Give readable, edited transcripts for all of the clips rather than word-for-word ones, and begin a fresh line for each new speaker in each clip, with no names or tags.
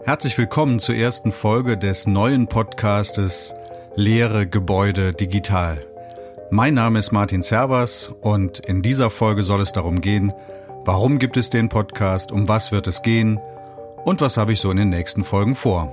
Herzlich willkommen zur ersten Folge des neuen Podcastes Lehre Gebäude digital. Mein Name ist Martin Servas und in dieser Folge soll es darum gehen, warum gibt es den Podcast, um was wird es gehen und was habe ich so in den nächsten Folgen vor.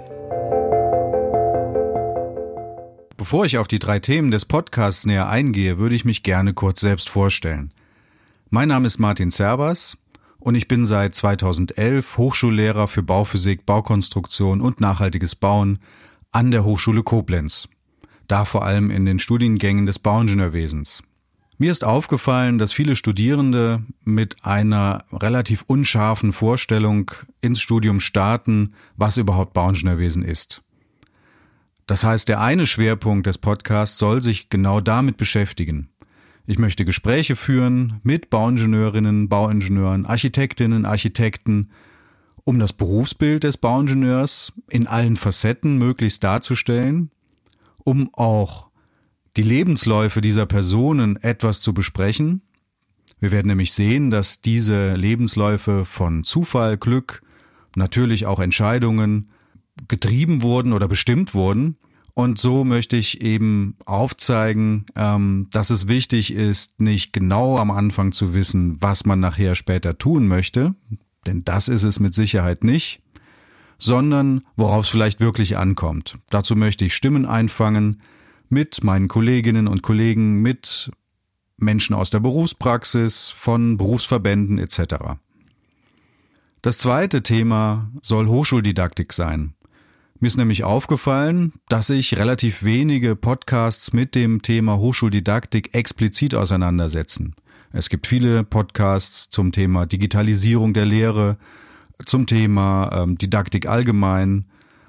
Bevor ich auf die 3 Themen des Podcasts näher eingehe, würde ich mich gerne kurz selbst vorstellen. Mein Name ist Martin Servas und ich bin seit 2011 Hochschullehrer für Bauphysik, Baukonstruktion und nachhaltiges Bauen an der Hochschule Koblenz. Da vor allem in den Studiengängen des Bauingenieurwesens. Mir ist aufgefallen, dass viele Studierende mit einer relativ unscharfen Vorstellung ins Studium starten, was überhaupt Bauingenieurwesen ist. Das heißt, der eine Schwerpunkt des Podcasts soll sich genau damit beschäftigen. Ich möchte Gespräche führen mit Bauingenieurinnen, Bauingenieuren, Architektinnen, Architekten, um das Berufsbild des Bauingenieurs in allen Facetten möglichst darzustellen, um auch die Lebensläufe dieser Personen etwas zu besprechen. Wir werden nämlich sehen, dass diese Lebensläufe von Zufall, Glück, natürlich auch Entscheidungen getrieben wurden oder bestimmt wurden. Und so möchte ich eben aufzeigen, dass es wichtig ist, nicht genau am Anfang zu wissen, was man nachher später tun möchte, denn das ist es mit Sicherheit nicht, sondern worauf es vielleicht wirklich ankommt. Dazu möchte ich Stimmen einfangen mit meinen Kolleginnen und Kollegen, mit Menschen aus der Berufspraxis, von Berufsverbänden etc. Das zweite Thema soll Hochschuldidaktik sein. Mir ist nämlich aufgefallen, dass sich relativ wenige Podcasts mit dem Thema Hochschuldidaktik explizit auseinandersetzen. Es gibt viele Podcasts zum Thema Digitalisierung der Lehre, zum Thema Didaktik allgemein.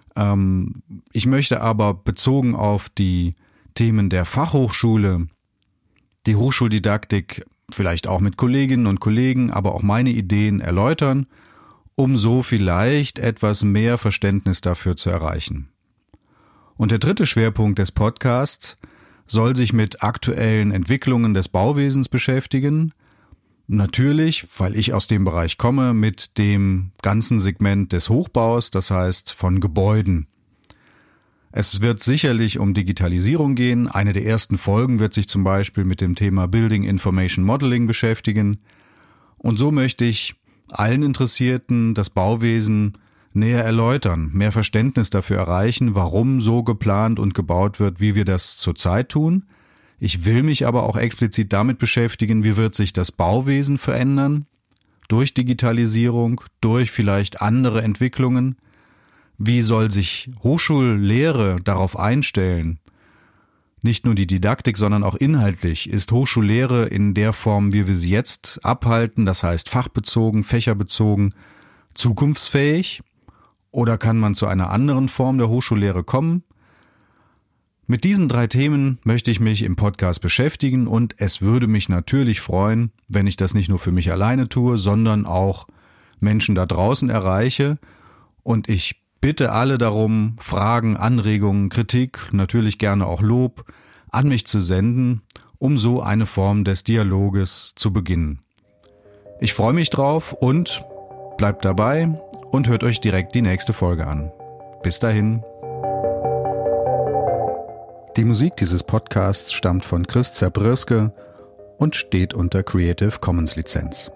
Ich möchte aber bezogen auf die Themen der Fachhochschule, die Hochschuldidaktik vielleicht auch mit Kolleginnen und Kollegen, aber auch meine Ideen erläutern, um so vielleicht etwas mehr Verständnis dafür zu erreichen. Und der dritte Schwerpunkt des Podcasts soll sich mit aktuellen Entwicklungen des Bauwesens beschäftigen. Natürlich, weil ich aus dem Bereich komme, mit dem ganzen Segment des Hochbaus, das heißt von Gebäuden. Es wird sicherlich um Digitalisierung gehen. Eine der ersten Folgen wird sich zum Beispiel mit dem Thema Building Information Modeling beschäftigen. Und so möchte ich allen Interessierten das Bauwesen näher erläutern, mehr Verständnis dafür erreichen, warum so geplant und gebaut wird, wie wir das zurzeit tun. Ich will mich aber auch explizit damit beschäftigen, wie wird sich das Bauwesen verändern, durch Digitalisierung, durch vielleicht andere Entwicklungen. Wie soll sich Hochschullehre darauf einstellen? Nicht nur die Didaktik, sondern auch inhaltlich ist Hochschullehre in der Form, wie wir sie jetzt abhalten, das heißt fachbezogen, fächerbezogen, zukunftsfähig? Oder kann man zu einer anderen Form der Hochschullehre kommen? Mit diesen 3 Themen möchte ich mich im Podcast beschäftigen und es würde mich natürlich freuen, wenn ich das nicht nur für mich alleine tue, sondern auch Menschen da draußen erreiche. Und ich bitte alle darum, Fragen, Anregungen, Kritik, natürlich gerne auch Lob, an mich zu senden, um so eine Form des Dialoges zu beginnen. Ich freue mich drauf und bleibt dabei und hört euch direkt die nächste Folge an. Bis dahin. Die Musik dieses Podcasts stammt von Chris Zabrierske und steht unter Creative Commons Lizenz.